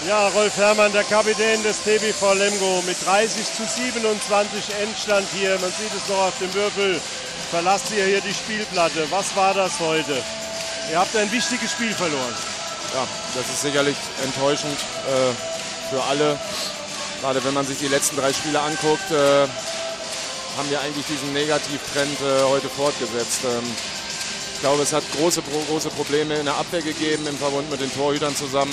Ja, Rolf Herrmann, der Kapitän des TBV Lemgo, mit 30:27 Endstand hier. Man sieht es noch auf dem Würfel. Verlasst ihr hier die Spielplatte. Was war das heute? Ihr habt ein wichtiges Spiel verloren. Ja, das ist sicherlich enttäuschend für alle. Gerade wenn man sich die letzten 3 Spiele anguckt, haben wir eigentlich diesen Negativtrend heute fortgesetzt. Ich glaube, es hat große Probleme in der Abwehr gegeben, im Verbund mit den Torhütern zusammen,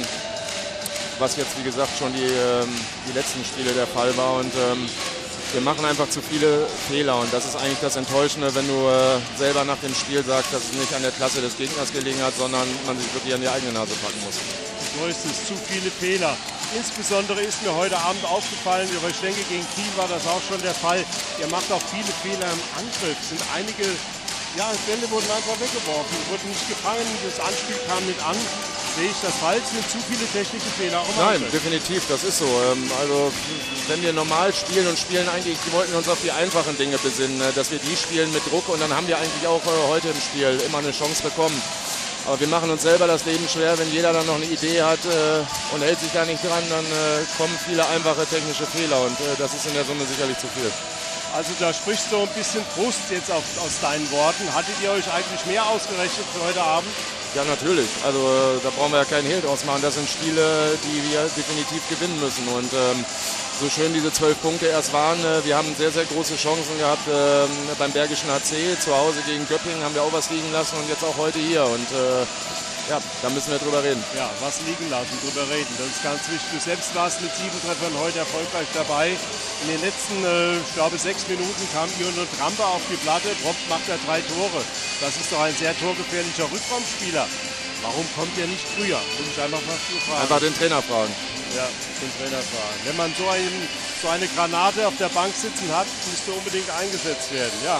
was jetzt, wie gesagt, schon die letzten Spiele der Fall war. Und wir machen einfach zu viele Fehler. Und das ist eigentlich das Enttäuschende, wenn du selber nach dem Spiel sagst, dass es nicht an der Klasse des Gegners gelegen hat, sondern man sich wirklich an die eigene Nase packen muss. So ist es, zu viele Fehler. Insbesondere ist mir heute Abend aufgefallen, ich denke, gegen Kiel war das auch schon der Fall. Ihr macht auch viele Fehler im Angriff. Es sind einige Bälle wurden einfach weggeworfen, wurden nicht gefangen, das Anspiel kam nicht an. Sehe ich das falsch? Sind zu viele technische Fehler auch im Nein, Angriff? definitiv, das ist so. Also wenn wir normal spielen und spielen eigentlich, wollten wir uns auf die einfachen Dinge besinnen, dass wir die spielen mit Druck und dann haben wir eigentlich auch heute im Spiel immer eine Chance bekommen. Aber wir machen uns selber das Leben schwer, wenn jeder dann noch eine Idee hat und hält sich da nicht dran, dann kommen viele einfache technische Fehler und das ist in der Summe sicherlich zu viel. Also da sprichst du ein bisschen Frust jetzt aus deinen Worten. Hattet ihr euch eigentlich mehr ausgerechnet für heute Abend? Ja, natürlich. Also da brauchen wir ja keinen Hehl draus machen. Das sind Spiele, die wir definitiv gewinnen müssen. Und so schön diese 12 Punkte erst waren, wir haben sehr, sehr große Chancen gehabt beim Bergischen HC. Zu Hause gegen Göppingen haben wir auch was liegen lassen und jetzt auch heute hier. Und ja, da müssen wir drüber reden. Ja, was liegen lassen, drüber reden. Das ist ganz wichtig. Du selbst warst mit 7 Treffern heute erfolgreich dabei. In den letzten, ich glaube, 6 Minuten kam Ionut Trampe auf die Platte. Prompt macht er 3 Tore. Das ist doch ein sehr torgefährlicher Rückraumspieler. Warum kommt er nicht früher? Muss ich einfach mal fragen. Einfach den Trainer fragen. Ja, den Trainer fragen. Wenn man so eine Granate auf der Bank sitzen hat, müsste unbedingt eingesetzt werden. Ja,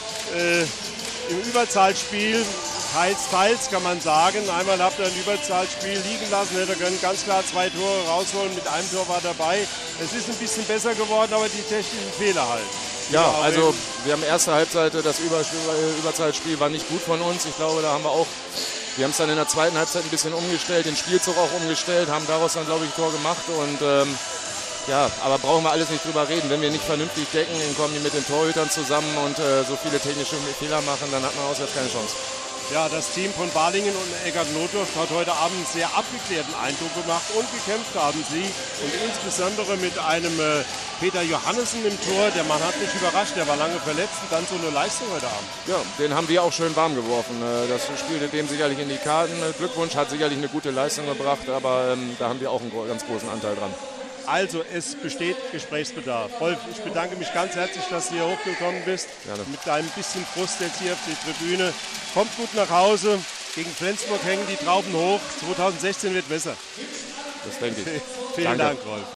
im Überzahlspiel teils kann man sagen. Einmal habt ihr ein Überzahlspiel liegen lassen, hätte können ganz klar 2 Tore rausholen, mit einem Tor war dabei. Es ist ein bisschen besser geworden, aber die technischen Fehler halt. Ja, also wir haben erste Halbzeit, das Überzahlspiel war nicht gut von uns. Ich glaube, wir haben es dann in der zweiten Halbzeit ein bisschen umgestellt, den Spielzug auch umgestellt, haben daraus dann, glaube ich, ein Tor gemacht und ja, aber brauchen wir alles nicht drüber reden. Wenn wir nicht vernünftig decken, dann kommen die mit den Torhütern zusammen und so viele technische Fehler machen, dann hat man auswärts keine Chance. Ja, das Team von Balingen und Eggert Notdorf hat heute Abend einen sehr abgeklärten Eindruck gemacht und gekämpft haben sie. Und insbesondere mit einem Peter Johannessen im Tor. Der Mann hat mich überrascht, der war lange verletzt und dann so eine Leistung heute Abend. Ja, den haben wir auch schön warm geworfen. Das spielte dem sicherlich in die Karten. Glückwunsch, hat sicherlich eine gute Leistung gebracht, aber da haben wir auch einen ganz großen Anteil dran. Also es besteht Gesprächsbedarf. Rolf, ich bedanke mich ganz herzlich, dass du hier hochgekommen bist. Gerne. Mit deinem bisschen Frust jetzt hier auf die Tribüne. Kommt gut nach Hause. Gegen Flensburg hängen die Trauben hoch. 2016 wird besser. Das denke ich. Vielen Dank, Rolf.